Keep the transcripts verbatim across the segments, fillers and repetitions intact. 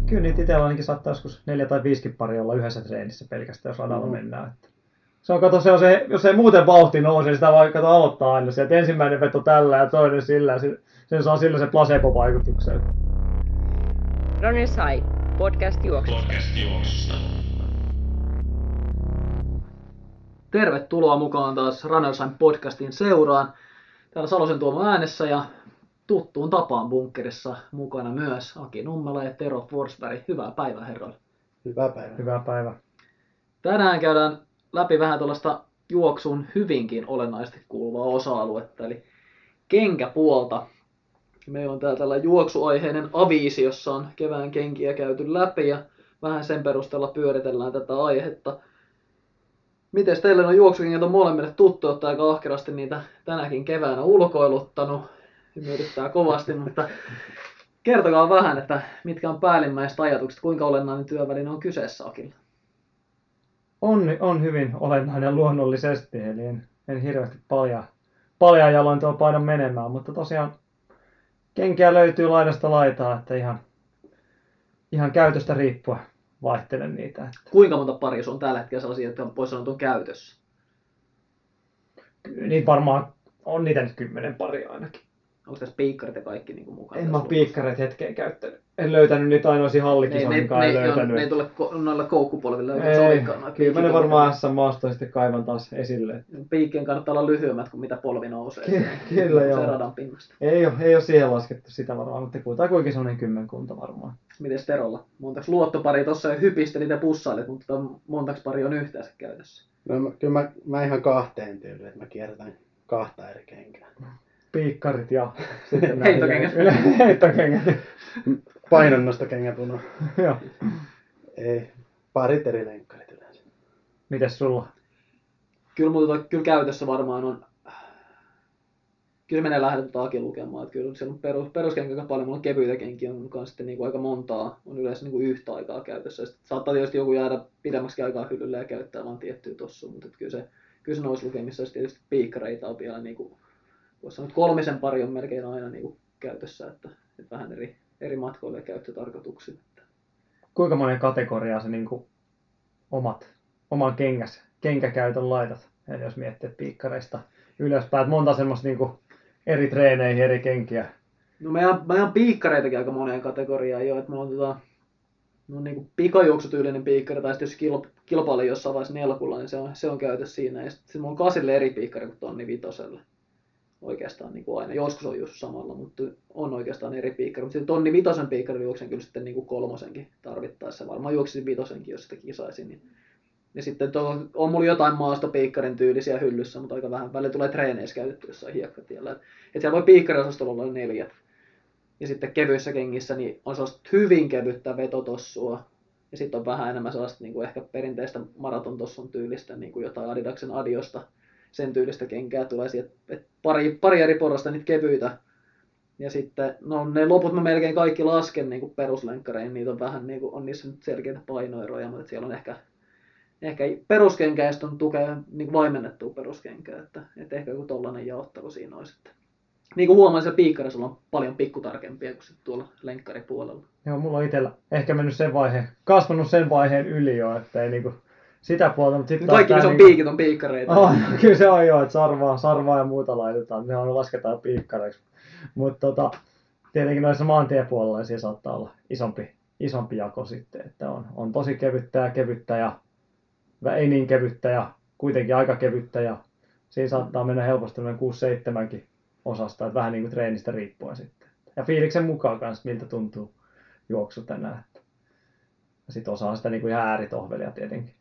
Kyllä niitä itsellä ainakin saattaa joskus neljä tai viisikin pari olla yhdessä treenissä pelkästään, jos radalla mm. mennään. Että se on, kato, se on se, jos ei muuten vauhti nouse, sitä voi kato, aloittaa aina sieltä. Ensimmäinen veto tällä ja toinen sillä. Ja sen saa sillä se placebo-vaikutuksen. Runners High, podcast juoksusta. Podcast juoksusta. Tervetuloa mukaan taas Runners High podcastin seuraan. Täällä Salosen Tuomo äänessä ja tuttuun tapaan bunkkerissa mukana myös Aki Nummela ja Tero Forsberg. Hyvää päivää herroille. Hyvää päivää. Hyvää päivää. Tänään käydään läpi vähän tuollaista juoksun hyvinkin olennaisesti kuuluvaa osa-aluetta, eli kenkäpuolta. Meillä on täällä tällainen juoksuaiheinen aviisi, jossa on kevään kenkiä käyty läpi ja vähän sen perusteella pyöritellään tätä aihetta. Miten teille on juoksukengät on molemmille tuttu, ottaa aika ahkerasti niitä tänäkin keväänä ulkoiluttanut. Hymyilyttää kovasti, mutta kertokaa vähän, että mitkä on päällimmäiset ajatukset, kuinka olennainen työväline on kyseessä Akilla? On, on hyvin olennainen luonnollisesti, eli en, en hirveästi paljon, paljon jaloin tuo paino menemään, mutta tosiaan kenkiä löytyy laidasta laitaa, että ihan, ihan käytöstä riippuen vaihtelen niitä. Että. Kuinka monta paria on tällä hetkellä sellaisia, jotka voisi sanoa, että on käytössä? Niin varmaan on niitä nyt kymmenen paria ainakin. Onko tässä piikkarit ja kaikki niin kuin mukana? En mä piikkareita hetkeen käyttänyt. En löytänyt niitä ainoisia hallikisoihinkaan. Ne, ne, en löytänyt. Ne, ne ei tule ko- noilla koukkupolvilla löytänyt. Kyllä mä ne varmaan ässän maastoon sitten kaivan taas esille. Piikkien kannattaa olla lyhyemmät kuin mitä polvi nousee. Ky- kyllä joo. Se radan pinnasta. Ei ole, ei ole siihen laskettu sitä varmaan, mutta kuitenkin semmoinen kymmenkunta varmaan. Mites Terolla? Montaks luottoparia tuossa jo hypistelit ja pussailit, mutta montaks pari on yhteensä käytössä? No, kyllä mä, mä ihan kahteen tyyliin, että mä kiertän kahta eri kenkää. Piikkarit ja sitten heittokengät. heittokengät. Painonnostokengät uno. Joo. Ei, parit eri lenkkarit yleensä. Mites sulla? Kyllä, mutta kyllä käytössä varmaan on. Kyllä menee lähdetään Akin lukemaan. Että kyllä siellä on perus, peruskenkä aika paljon. Mulla on kevyitä kenkiä, on myös sitten niinku aika montaa. On yleensä niinku yhtä aikaa käytössä. Sitten saattaa tietysti joku jäädä pidemmäksi aikaa hyllylle ja käyttää vaan tiettyä tossua. Mutta kyllä se, kyllä se noissa lukemissa tietysti piikkareita on vielä niinku. Voisi sanoa, että kolmisen pari on melkein aina niinku käytössä. Että, että vähän eri, eri matkoille ja käyttötarkoituksiin. Kuinka monen kategoriaa se niinku omat, oman kengäs, kenkäkäytön laitat? Eli jos miettii piikkareista ylöspäin, että monta semmoista niinku eri treeneihin eri kenkiä. No mä ajan, mä ajan piikkareitakin aika moneen kategoriaan jo, että mulla on tota, no niinku pikajuoksutyylinen piikkari, tai sitten jos kilp, kilpailee jossain vaiheessa nelkulla, niin se on, se on käytössä siinä. Ja sitten mulla on kasille eri piikkari kuin tonni vitoselle. Oikeastaan niin kuin aina. Joskus on just samalla, mutta on oikeastaan eri piikkari. Mutta tonni vitosen piikkari juoksen kyllä sitten niin kuin kolmosenkin tarvittaessa. Varmaan juoksisin vitosenkin, jos sitä kisaisin. Niin. Ja sitten to, on mulla jotain maastopiikkarin tyylisiä hyllyssä, mutta aika vähän. Välillä tulee treeneissä käytetty jossain hiekkatiellä. Että et siellä voi piikkariosastolla olla neljä. Ja sitten kevyissä kengissä niin on sellaista hyvin kevyttä vetotossua. Ja sitten on vähän enemmän sellaista niin kuin ehkä perinteistä maratontossun tyylistä, niin kuin jotain Adidaksen Adiosta. Sen tyylistä kenkää tulee siihen, että pari, pari eri porrasta niitä kevyitä. Ja sitten, no ne loput mä melkein kaikki lasken niin kuin peruslenkkareihin, niitä on vähän, niin kuin, on niissä nyt selkeitä painoeroja, mutta siellä on ehkä, ehkä peruskenkää ja sitten on tukea niin kuin vaimennettua peruskenkää, että, että ehkä joku tollainen jaottelu siinä olisi. Että. Niin kuin huomaan, siellä piikkarissa on paljon pikkutarkempia kuin sitten tuolla lenkkaripuolella. Joo, mulla on itsellä ehkä mennyt sen vaiheen, kasvanut sen vaiheen yli jo, että ei niinku sitä puolta, mutta sitten kaikki missä on niinku piikit on piikkareita. Oh, kyllä se on jo, että sarvaa, sarvaa ja muuta laitetaan, ne on lasketaan piikkareiksi. Mutta tota, tietenkin noissa maantiepuolella siellä saattaa olla isompi, isompi jako sitten, että on, on tosi kevyttä ja kevyttä ja ei niin kevyttä ja kuitenkin aika kevyttä ja siinä saattaa mennä helposti noin kuusi seitsemänkin osasta, että vähän niin kuin treenistä riippuen sitten. Ja fiiliksen mukaan kanssa, miltä tuntuu juoksu tänään. Ja sitten osaa sitä niin kuin ihan ääritohvelia tietenkin.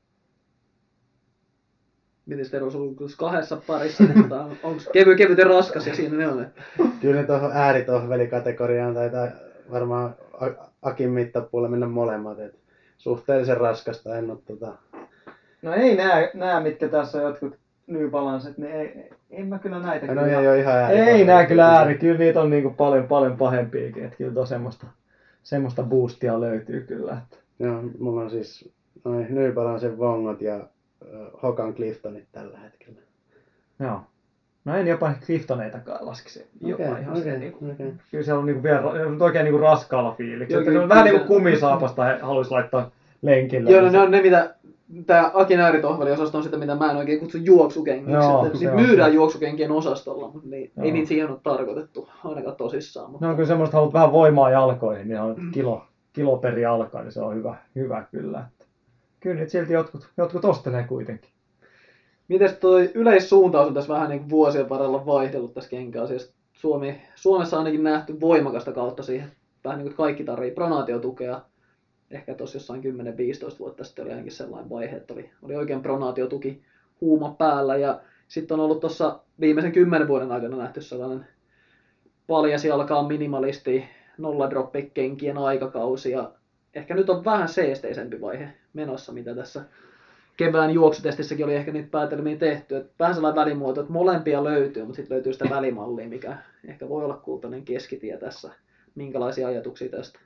Miten Tero, sulla on kahdessa parissa, niin onko kevy, kevyt ja raskas ja siinä ne on? Kyllä tuohon ääritohvelikategoriaan taitaa varmaan Akin mittapuolella mennä molemmat. Et suhteellisen raskasta en ole tota. No ei nää, nää mitkä tässä on jotkut New Balanceet, niin ei, en mä kyllä näitä no, kyllä. Ei, ole ihan ääri. Ei nää kyllä ääri, kyllä niitä on niinku paljon, paljon pahempiakin, että kyllä semmoista, semmoista boostia löytyy kyllä. Että. Joo, mulla on siis noin New Balancen vongot ja Hokan Cliftonit tällä hetkellä. Joo. No en jopa Cliftoneitakaan laskisi. Jopa Okei, ihan okei, se, niinku, okei. kyllä se on niinku vielä ra- oikein niinku raskaalla fiiliksi. Joo, Että se on kyllä vähän se- niinku kumisaapasta he haluaisi laittaa lenkille. Joo, no niin ne se- on ne, mitä tämä Akin ääritohveliosasto on sitä, mitä mä en oikein kutsu juoksukengiksi. Joo, Että se niitä on myydään se. juoksukenkien osastolla, mutta niin, ei Joo. niitä siihen ole tarkoitettu, ainakaan tosissaan. Mutta Ne on kyllä semmoista, haluat vähän voimaa jalkoihin, niin on kilo, kilo per jalka, niin se on hyvä, hyvä kyllä. Että kyllä niitä silti jotkut, jotkut ostelee kuitenkin. mites toi yleissuuntaus on tässä vähän niin kuin vuosien varrella vaihdellut tässä kenkäasiassa? Suomi, Suomessa on ainakin nähty voimakasta kautta siihen, vähän niin kuin kaikki tarvii pronaatiotukea. Ehkä tuossa jossain kymmenen viisitoista vuotta sitten oli ainakin sellainen vaihe, että oli, oli oikein pronaatiotuki huuma päällä. Ja sitten on ollut tuossa viimeisen kymmenen vuoden aikana nähty sellainen paljasjalkaan minimalisti, nolladroppi-kenkien aikakausi. Ja ehkä nyt on vähän seesteisempi vaihe menossa, mitä tässä kevään juoksutestissäkin oli ehkä niitä päätelmiä tehty. Että vähän sellainen välimuoto, että molempia löytyy, mutta sitten löytyy sitä välimallia, mikä ehkä voi olla kultainen keskitie tässä. Minkälaisia ajatuksia tästä?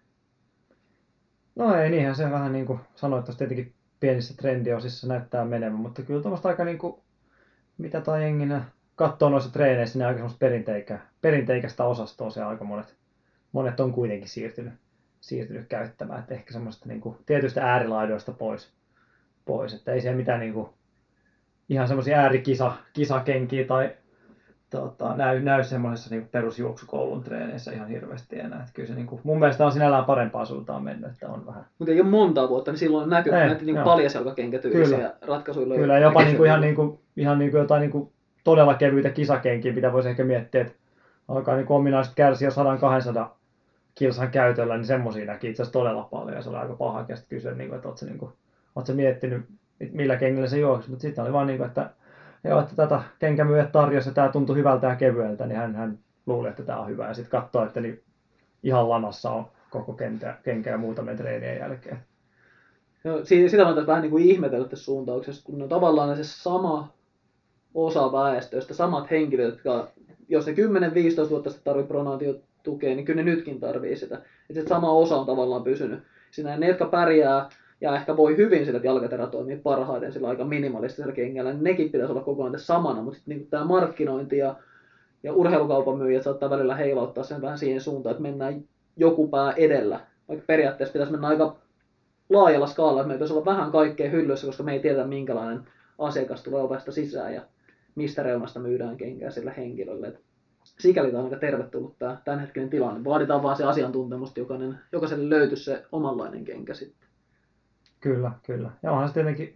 No ei, niinhän se vähän niin kuin sanoit, tuossa tietenkin pienissä trendiosissa näyttää menevän, mutta kyllä tuommoista aika niin kuin, mitä tai jenginä katsoo noissa treeneissä, niin aika semmoista perinteikä, perinteikästä osastoa se aika monet, monet on kuitenkin siirtynyt, siirtynyt käyttämään, että ehkä semmoista niin kuin tietystä äärilaidoista pois, pois, että ei siellä mitään niin kuin, ihan semmoisia äärikisa, kisakenkiä tai tota, näy, näy semmoisessa niin perusjuoksukoulun treeneissä ihan hirveästi enää. Että kyllä se niin kuin, mun mielestä on sinällään parempaan suuntaan mennyt, että on vähän. Mutta ei ole monta vuotta, niin silloin on näkynyt Ei, näitä niin joo. paljasjalkakenkätyylisiä ratkaisuja. Kyllä, jopa niin kuin, ihan, niin kuin, ihan niin kuin jotain niin kuin todella kevyitä kisakenkiä, mitä voisi ehkä miettiä, että alkaa niin kuin ominaiset kärsiä sata kaksisataa kilsan käytöllä, niin semmoisia näki itse asiassa todella paljon ja se oli aika paha käsit kysyä, niin kuin, että ootko, niin kuin, ootko miettinyt, millä kengillä se juoksi, mutta sitten oli vaan niin kuin, että joo, että tätä kenkämyyjät tarjosi ja tämä tuntui hyvältä ja kevyeltä, niin hän, hän luuli, että tämä on hyvä. Ja sitten katsoi, että niin ihan lanassa on koko kenkä, kenkä ja muutamien treenien jälkeen. No, sitä mä vähän niin kuin ihmetellyt tässä suuntauksessa, kun on tavallaan se sama osa väestöstä, samat henkilöt, jotka jos ne kymmenen viisitoista vuotta sitten tarvii pronaatiotukea, niin kyllä ne nytkin tarvii sitä. Että se sama osa on tavallaan pysynyt. Siinä ne, jotka pärjää ja ehkä voi hyvin sillä, että jalkaterä toimii parhaiten sillä aika minimalistisella kengällä, niin nekin pitäisi olla koko ajan tässä samana, mutta sitten niin tämä markkinointi ja, ja urheilukaupan myyjät saattaa välillä heilauttaa sen vähän siihen suuntaan, että mennään joku pää edellä. Vaikka periaatteessa pitäisi mennä aika laajalla skaalalla, että meillä pitäisi olla vähän kaikkea hyllyssä, koska me ei tiedä minkälainen asiakas tulee ovesta sisään ja mistä reunasta myydään kenkää sillä henkilölle. Et sikäli tämä on aika tervetullut tämä tämänhetkinen tilanne. Vaaditaan vaan se asiantuntemus, että jokainen, jokaiselle löytyisi se omanlainen kenkä sitten. Kyllä, kyllä. Ja onhan se tietenkin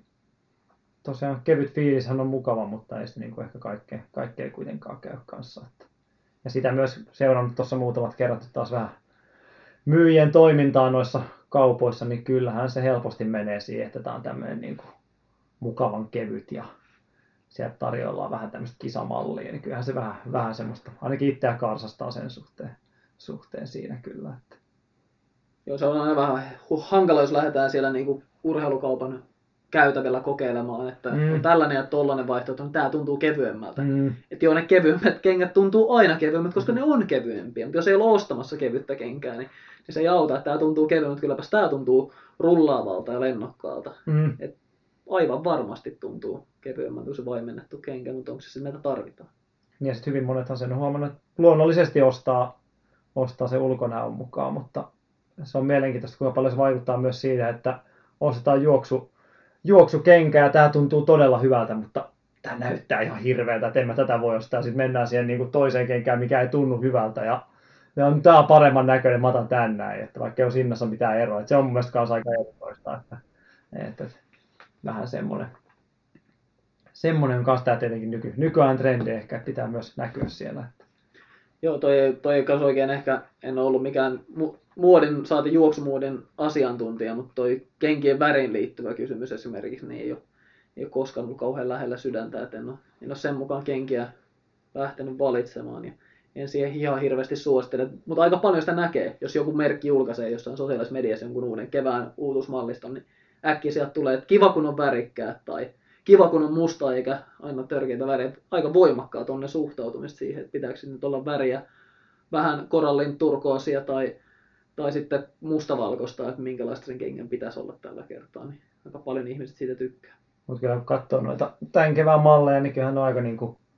tosiaan kevyt fiilishän on mukava, mutta ei se niin kuin ehkä kaikkea, kaikkea kuitenkaan käy kanssa. Että. Ja sitä myös seurannut tuossa muutamat kerrat, että taas vähän myyjien toimintaa noissa kaupoissa, niin kyllähän se helposti menee siihen, että tämä on tämmöinen niin kuin mukavan kevyt ja sieltä tarjoillaan vähän tämmöistä kisamallia, niin kyllähän se vähän, vähän semmoista, ainakin itseä karsastaa sen suhteen, suhteen siinä kyllä. Että. Joo, se on aina vähän hankala, jos lähdetään siellä niinku urheilukaupan käytävällä kokeilemaan, että mm. on tällainen ja tollainen vaihtoehto, niin tämä tuntuu kevyemmältä. Mm. Että joo, ne kevyemmät kengät tuntuu aina kevyemmät, koska ne on kevyempiä, mutta jos ei ole ostamassa kevyttä kenkää, niin, niin se ei auta, että tämä tuntuu kevyemmältä, kylläpäs tämä tuntuu rullaavalta ja lennokkaalta. Mm. Et aivan varmasti tuntuu kevyemmältä kuin se vaimennettu kenkä, mutta onko se se, näitä tarvitaan? Ja sitten hyvin monethan sen on huomannut, että luonnollisesti ostaa, ostaa se ulkonäön mukaan, mutta se on mielenkiintoista, kuinka paljon se vaikuttaa myös siitä, että ostetaan juoksu, juoksukenkä ja tämä tuntuu todella hyvältä, mutta tämä näyttää ihan hirveältä, että en mä tätä voi ostaa. Sitten mennään siihen niin kuin toiseen kenkään, mikä ei tunnu hyvältä ja, ja tämä on paremman näköinen, mä otan tän näin, että vaikka ei ole hinnassa mitään eroa. Että se on mun mielestä myös aika erikoista, että, että, että vähän semmoinen. Semmoinen on kanssa tämä tietenkin nyky, nykyään trendi ehkä, että pitää myös näkyä siellä. Että. Joo, toi, toi ei kanssa oikein ehkä, en ole ollut mikään mu- muodin, saati juoksumuodin asiantuntija, mutta toi kenkien väriin liittyvä kysymys esimerkiksi, niin ei ole, ei ole koskaan ollut kauhean lähellä sydäntä, että en ole, en ole sen mukaan kenkiä lähtenyt valitsemaan. Ja en siihen ihan hirveästi suosittele, mutta aika paljon sitä näkee, jos joku merkki julkaisee jossain sosiaalisessa mediassa jonkun uuden kevään uutusmalliston, niin äkkiä sieltä tulee, että kiva kun on värikkäät tai kiva kun on musta eikä aina törkeitä väriä. Aika voimakkaa tuonne suhtautumista siihen, että pitääkö nyt olla väriä vähän korallin turkoosia tai, tai sitten mustavalkoista, että minkälaista sen kengän pitäisi olla tällä kertaa. Niin aika paljon ihmiset siitä tykkää. Mutta kyllä kun katsoo noita tämän kevään malleja, niin kyllähän ne on aika niin kuin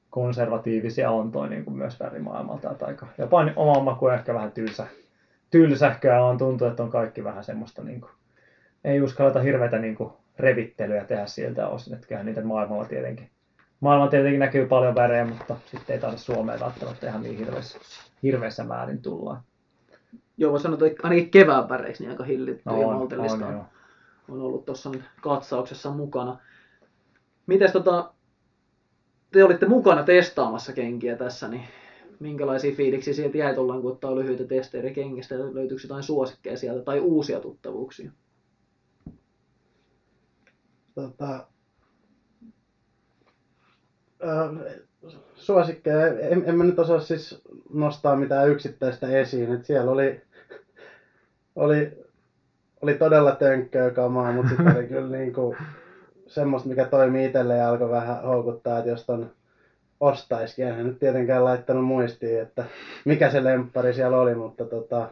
konservatiivisia on toi niin kuin myös värimaailmalta. Että aika, jopa oma maku on ehkä vähän tylsä, tylsähköä on tuntuu, että on kaikki vähän semmoista, niin kuin, ei uskalleta hirveätä niin kuin revittelyä tehdä sieltä osin. Että kyllähän niitä maailmalla tietenkin, maailmalla tietenkin näkyy paljon värejä, mutta sitten ei taida Suomeen välttämättä ihan niin hirveässä, hirveässä määrin tullaan. Joo, voi sanoa, että ainakin kevään väreiksi niin aika hillitty No ja on, maltillista on, on, joo. on ollut tuossa katsauksessa mukana. Mites tota, te olitte mukana testaamassa kenkiä tässä, niin minkälaisia fiiliksiä sieltä jäi tuollaan, kun ottaa lyhyitä testejä eri kengistä, ja löytyykö jotain suosikkeja sieltä tai uusia tuttavuuksia? Tota, äh, suosikkeja, en, en mä nyt osaa siis nostaa mitään yksittäistä esiin. Et siellä oli, oli, oli todella tönkköä kamaa, mutta sitten oli kyllä niinku semmoista, mikä toimii itselle ja alkoi vähän houkuttaa, että jos ton ostaisikin. En nyt tietenkään laittanut muistiin, että mikä se lemppari siellä oli, mutta tota,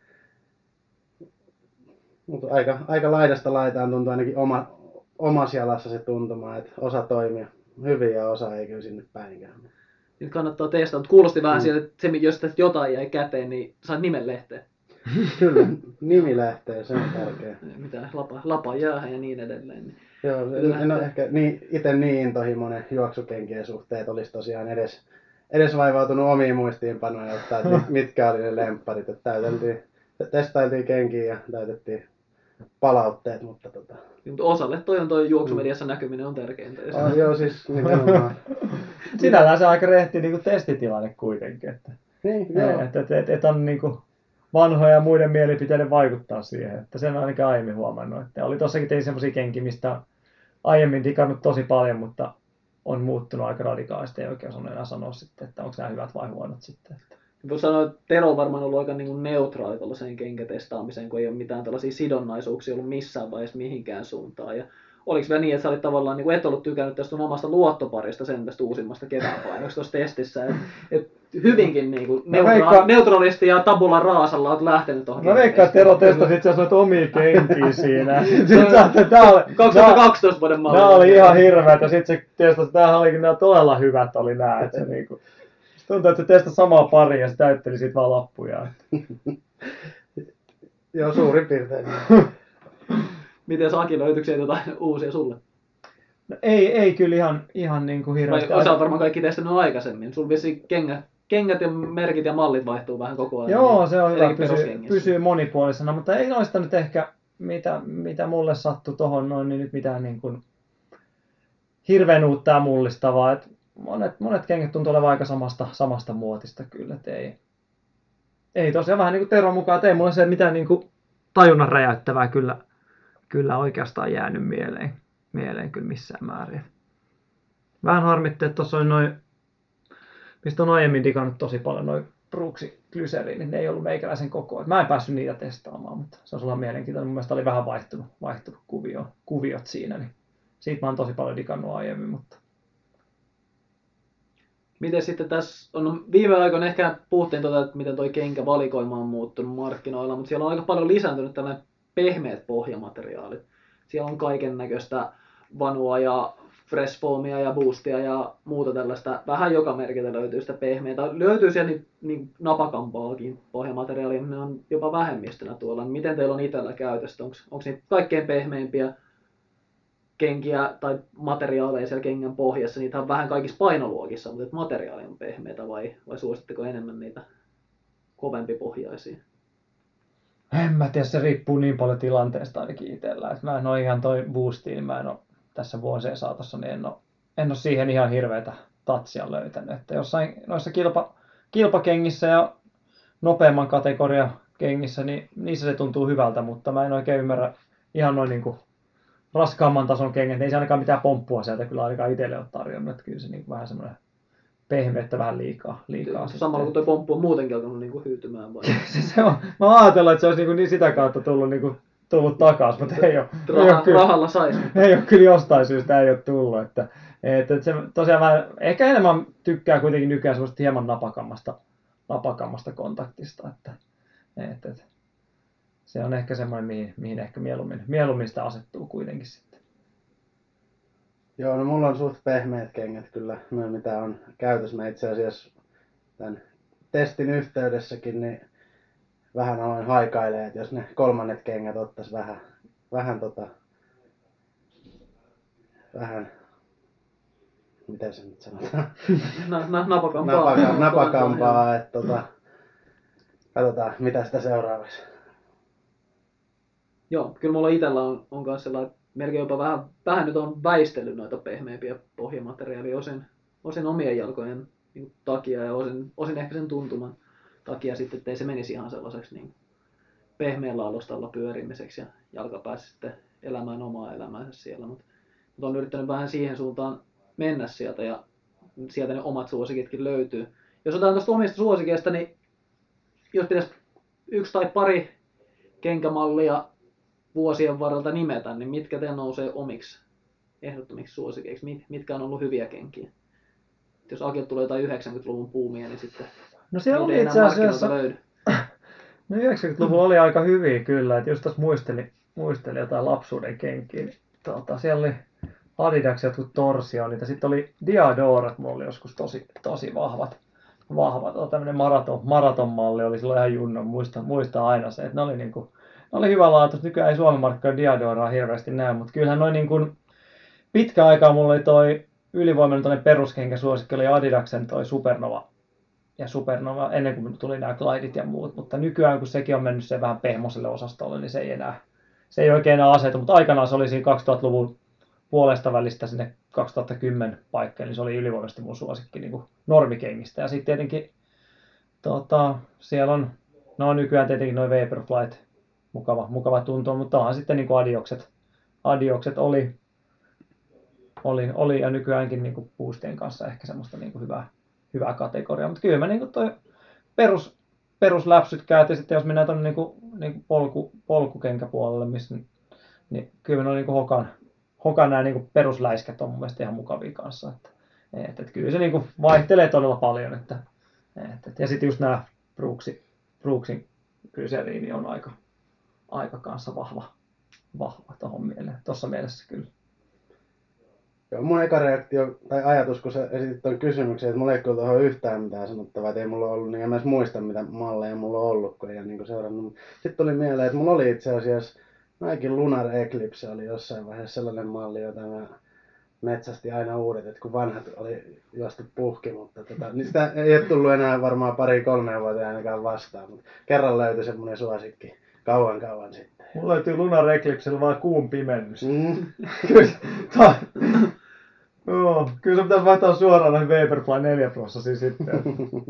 mutta aika, aika laidasta laitaan tuntuu ainakin oma, omassa jalassa se tuntuma, että osa toimii hyvin ja osa ei kyllä sinne päinkään. Nyt kannattaa testata, mutta kuulosti vähän Mm. sieltä, että se, jos tästä jotain jäi käteen, niin saat nimen lehteen. Kyllä, nimi lähtee, se on tärkeä. Mitä lapa, lapa jäähän ja niin edelleen. Niin. Joo, en, en ole ehkä niin, itse niin intohimoinen juoksukenkien suhteen, että olisi tosiaan edes, edes vaivautunut omiin muistiinpanoja, että mit, mitkä oli ne lempparit. Että täyteltiin, testailtiin kenkiä ja täytettiin palautteet, mutta tota... Mutta osalle toi on toi juoksumediassa mm. näkyminen on tärkeintä. Oh, joo, siis nimenomaan. Sinällään se on aika rehti niin kuin testitilanne kuitenkin. Että, Niin, joo. että, että, että, että on niin kuin vanhoja ja muiden mielipiteiden vaikuttaa siihen. Että sen on ainakin aiemmin huomannut. Että oli tossakin tein semmoisia kenkiä, mistä on aiemmin digannut tosi paljon, mutta on muuttunut aika radikaalisti. Ei oikein osannut enää sanoa sitten, että onko nämä hyvät vai huonot sitten. Voisi sanoa, että Tero on varmaan ollut aika niin kuin neutraali tuollaiseen kenkätestaamiseen, kun ei ole mitään tällaisia sidonnaisuuksia ollut missään vaiheessa mihinkään suuntaan. Ja oliko vielä niin, että sä olit tavallaan, niin kuin et ollut tykännyt tästä sun omasta luottoparista sen tästä uusimmasta keväänpainosta tuossa testissä. Et, et hyvinkin niin kuin neutra- veikkaan- neutraalisti ja tabula raasalla olet lähtenyt tuohon. Mä veikkaan, että Tero testasi itse asiassa noita omia kenkiä siinä. Sitten sä ajattelit, tää oli, kaksituhattakaksitoista vuoden malli. Nämä oli ihan hirveät ja sitten se testasi, että tämähän olikin nämä todella hyvät oli nämä. Että se niinku, tuntuu, että se testasi samaa paria ja se täytteli siitä vaan lappuja. Joo, suurin piirtein. Miten Saki, löytyykö sieltä jotain uusia sulle? No, ei, ei kyllä ihan, ihan niin kuin hirveästi. Vai, sä oot varmaan kaikki testannut aikaisemmin. Sulla vissiin kengät, kengät ja merkit ja mallit vaihtuu vähän koko ajan. Joo, se on hyvä, Etenkin pysyy, peruskengissä. pysyy monipuolisena, mutta ei noista nyt ehkä, mitä, mitä mulle sattui tohon noin, niin nyt mitään niin kuin hirveän uutta ja mullistavaa. Et monet, monet kengät tuntuu olevan aika samasta, samasta muotista kyllä, et ei, ei tosiaan vähän niin kuin Teron mukaan, että ei mulle se mitään niin kuin tajunnan räjäyttävää kyllä, kyllä oikeastaan jäänyt mieleen, mieleen kyllä missään määrin. Vähän harmitti, että tuossa oli noin, mistä on aiemmin digannut tosi paljon, noin Brooksi glyseriinit, niin ne ei ollut meikäläisen kokoa. Mä en päässyt niitä testaamaan, mutta se on sulla mielenkiintoinen. Mun mielestä oli vähän vaihtunut, vaihtunut kuvio, kuviot siinä, niin siitä mä oon tosi paljon digannut aiemmin, mutta Miten sitten tässä on viime aikoina ehkä puhuttiin tuota, että miten toi kenkävalikoima on muuttunut markkinoilla, mutta siellä on aika paljon lisääntynyt tällainen pehmeät pohjamateriaalit. Siellä on kaiken näköistä vanua ja fresh foamia ja boostia ja muuta tällaista. Vähän joka merkiltä löytyy sitä pehmeitä. Löytyy siellä niin, niin napakampaakin pohjamateriaalia, ne on jopa vähemmistönä tuolla. Miten teillä on itsellä käytöstä? Onko niitä kaikkein pehmeimpiä kenkiä tai materiaaleja siellä kengän pohjassa? Niitä on vähän kaikissa painoluokissa, mutta materiaali on pehmeitä vai, vai suositteko enemmän niitä kovempipohjaisia? en mä tiedä, se riippuu niin paljon tilanteesta ainakin itsellä. Et mä en ole ihan toi boostiin, niin mä en ole tässä vuosien saatossa, niin en ole, en ole siihen ihan hirveätä tatsia löytänyt. Että jossain noissa kilpa, kilpakengissä ja nopeamman kategoria kengissä, niin niissä se tuntuu hyvältä, mutta mä en oikein ymmärrä ihan noin niin kuin raskaamman tason kengät. Ei se ainakaan mitään pomppua sieltä kyllä ainakaan itselle ole tarjonnut. Että kyllä se niin kuin vähän semmoinen pehmeyttä vähän liikaa. liikaa Samalla kun tuo pomppu on muutenkin alkanut niinku hyytymään. Vai? se on, mä ajattelin, että se olisi niin, niin sitä kautta tullut, niin kuin, tullut takaisin, mutta ei ole. Raha, ei ole kyllä, rahalla saisi. ei ole kyllä jostain syystä ei ole tullut. Että, että se tosiaan vähän, ehkä enemmän tykkää kuitenkin nykyään semmoista hieman napakammasta, napakammasta kontaktista. Että, että, että se on ehkä semmoinen, mihin, mihin ehkä mieluummin, mieluummin sitä asettuu kuitenkin sitten. Joo, no mulla on suht pehmeät kengät kyllä, noin mitä on käytössä. Mä itse asiassa tämän testin yhteydessäkin niin vähän aloin haikailemaan, että jos ne kolmannet kengät ottais vähän, vähän tota, vähän, miten se nyt sanotaan? Na, na, napakampaa. Napaka, napakampaa, että tota, katsotaan mitä sitä seuraavaksi. Joo, kyllä mulla itsellä on, on myös sellainen, melkein jopa vähän, vähän nyt on väistellyt noita pehmeämpiä pohjamateriaalia osin, osin omien jalkojen niin takia ja osin, osin ehkä sen tuntuman takia sitten, ettei se menisi ihan sellaiseksi niin pehmeällä alustalla pyörimiseksi ja jalka pääsi sitten elämään omaa elämäänsä siellä, mutta mut on yrittänyt vähän siihen suuntaan mennä sieltä ja sieltä ne omat suosikitkin löytyy. Jos otetaan tuosta omista suosikeista, niin jos pitäisi yksi tai pari kenkämallia vuosien varrelta nimetä, niin mitkä te nousee omiksi ehdottomiksi suosikeiksi? Mit, mitkä on ollut hyviä kenkiä? Jos Akilta tulee jotain yhdeksänkymmentäluvun puumia, niin sitten no siellä oli itse asiassa, no yhdeksänkymmentäluvulla oli aika hyviä kyllä, että just tässä muistelin, muistelin jotain lapsuuden kenkiä, niin tota, siellä oli Adidas jotkut Torsion, niitä sitten oli Diadorat, mulla oli joskus tosi, tosi vahvat, vahvat tota, tämmönen maraton, maratonmalli oli silloin ihan junnon, muistan, muistan aina se, että ne oli niinku, ne oli hyvä laatu, nykyään ei Suomen markkinoilla Diadoraa hirveästi näy, mutta kyllähän noin niinku, pitkä aikaa mulla oli toi ylivoimainen peruskenkäsuosikki oli Adidaksen toi Supernova ja Supernova ennen kuin tuli nämä Glideit ja muut, mutta nykyään kun sekin on mennyt se vähän pehmoselle osastolle, niin se ei enää, se ei oikein enää asetu, mutta aikanaan se oli siinä kaksituhattaluvun puolesta välistä sinne kaksituhattakymmenen paikkaan, niin se oli ylivoimaisesti mun suosikki niin kuin normikengistä. Ja sitten tietenkin tota, siellä on, no nykyään tietenkin noin Vaporflyt, mukava, mukava tuntua, mutta onhan sitten niin kuin Adiokset, Adiokset oli, oli, oli ja nykyäänkin niin kuin Boostien kanssa ehkä semmoista niin kuin hyvää, hyvää kategoriaa. Mutta kyllä mä niin kuin toi perus, perusläpsyt käytin sitten, jos mennään tuonne niin kuin, niin kuin polku, polkukenkäpuolelle, missä, niin kyllä mä niin kuin Hokan, Hokan nämä niin perusläiskät on mun mielestä ihan mukavia kanssa. Että, että, että kyllä se niin kuin vaihtelee todella paljon. Että, että, ja sitten just nämä Brooksin, Brooksin Glyceriini on aika, aika kanssa vahva, vahva tohon mieleen. Tuossa mielessä kyllä. Joo, mun eka reaktio tai ajatus, kun sä esitit tuon kysymyksen, että mulla ei kyllä tuohon yhtään mitään sanottavaa, että ei mulla ollut, niin en mä edes muista mitä malleja mulla on ollut, kun ei ole niin seurannut. Sitten tuli mieleen, että mulla oli itse asiassa Nike Lunar Eclipse oli jossain vaiheessa sellainen malli, jota mä metsästi aina uudet, että kun vanhat oli juostu puhki, mutta tota, niin sitä ei ole tullut enää varmaan pari kolmeen vuoteen ainakaan vastaan, mutta kerran löytyi semmoinen suosikki kauan kauan sitten. Mulla löytyy Lunar Eclipsellä vaan kuun pimennys. Mm. kyllä, ta, joo, kyllä se pitäisi vaihtaa suoraan noihin Vaporfly neljä prossasiin sitten.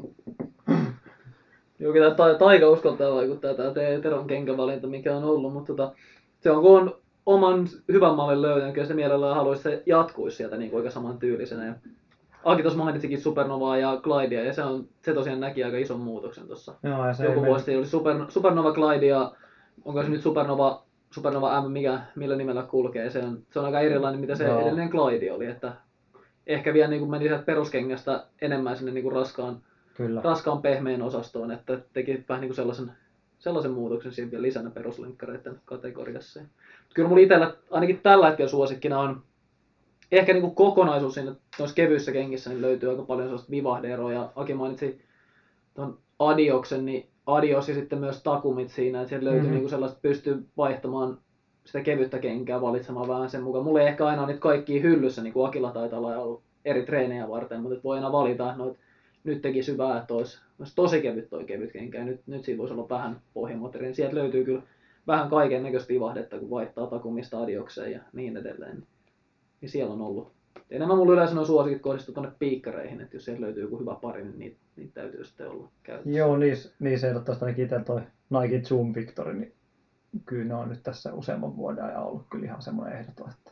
Joo, kyllä tämä taika uskaltaa vaikuttaa tämä Teron kenkävalinta, mikä on ollut, mutta tota, se on kun on oman hyvän mallin löytänyt, kyllä se mielellään haluaisi se jatkuisi sieltä niin oikein saman tyylisenä. Ja Aki tuossa mainitsikin Supernovaa ja Glidea, ja se, on, se tosiaan näki aika ison muutoksen tuossa. Joku vuosi sitten oli Super, Supernova Glide ja onko se nyt Supernova, Supernova M, mikä, millä nimellä kulkee. Se on, se on aika erilainen, mitä se no. edellinen Glide oli. Että ehkä vielä niin kuin meni sieltä peruskengästä enemmän sinne niin kuin raskaan, Kyllä. raskaan pehmeän osastoon, että teki vähän niin kuin sellaisen, sellaisen muutoksen siinä vielä lisänä peruslinkkareiden kategoriassa. Kyllä mulla itsellä ainakin tällä hetkellä suosikkina on ehkä niin kuin kokonaisuus siinä noissa kevyissä kengissä niin löytyy aika paljon sellaista vivahdeeroa. Ja Aki mainitsi tuon Adioksen, niin Adios ja sitten myös Takumit siinä, että sieltä löytyy mm-hmm. niin kuin sellaista, pystyy vaihtamaan sitä kevyttä kenkää, valitsemaan vähän sen mukaan. Mulla ei ehkä aina ole niitä kaikkia hyllyssä, niin kuin Akilla taitaa olla ollut eri treenejä varten, mutta voi aina valita, että nyt tekisi hyvää, että olisi, olisi tosi kevyt toi kevyt kenkä, ja nyt, nyt siinä voisi olla vähän pohjamateriaalia. Sieltä löytyy kyllä vähän kaiken näköistä vivahdetta, kun vaihtaa Takumista Adiokseen ja niin edelleen. Niin siellä on ollut. Enemmän mulla yleensä on suosikit kohdistuu tuonne piikkareihin, että jos sieltä löytyy joku hyvä pari, niin niitä, niitä täytyy sitten olla käytössä. Joo, niissä, niissä ehdottomasti ainakin itse toi Nike Zoom Victory, niin kyllä ne on nyt tässä useamman vuoden ajan ollut kyllä ihan semmoinen ehdoton, että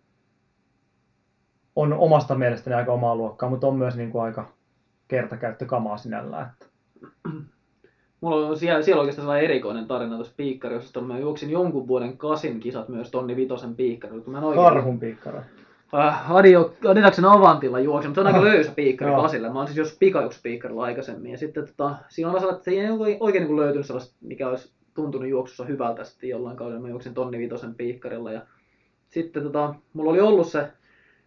on omasta mielestäni aika omaa luokkaa, mutta on myös niin kuin aika kertakäyttökamaa sinällään. Että mulla on siellä, siellä oikeastaan sellainen erikoinen tarina tuossa piikkariosastossa. Mä juoksin jonkun vuoden kasin kisat myös tonni vitosen piikkarilla. Karhun piikkara. Äh, Adidaksen Avantilla juoksin, mutta se on aika löysä piikkari kasille. Mä oon siis jos pikajuoksupiikkarilla aikaisemmin. Ja sitten tota, siinä on sellainen, että se ei oikein niin löytynyt sellaista, mikä olisi tuntunut juoksussa hyvältä sitten jollain kaudella. Mä juoksin tonni vitosen piikkarilla. Ja sitten tota, mulla oli ollut se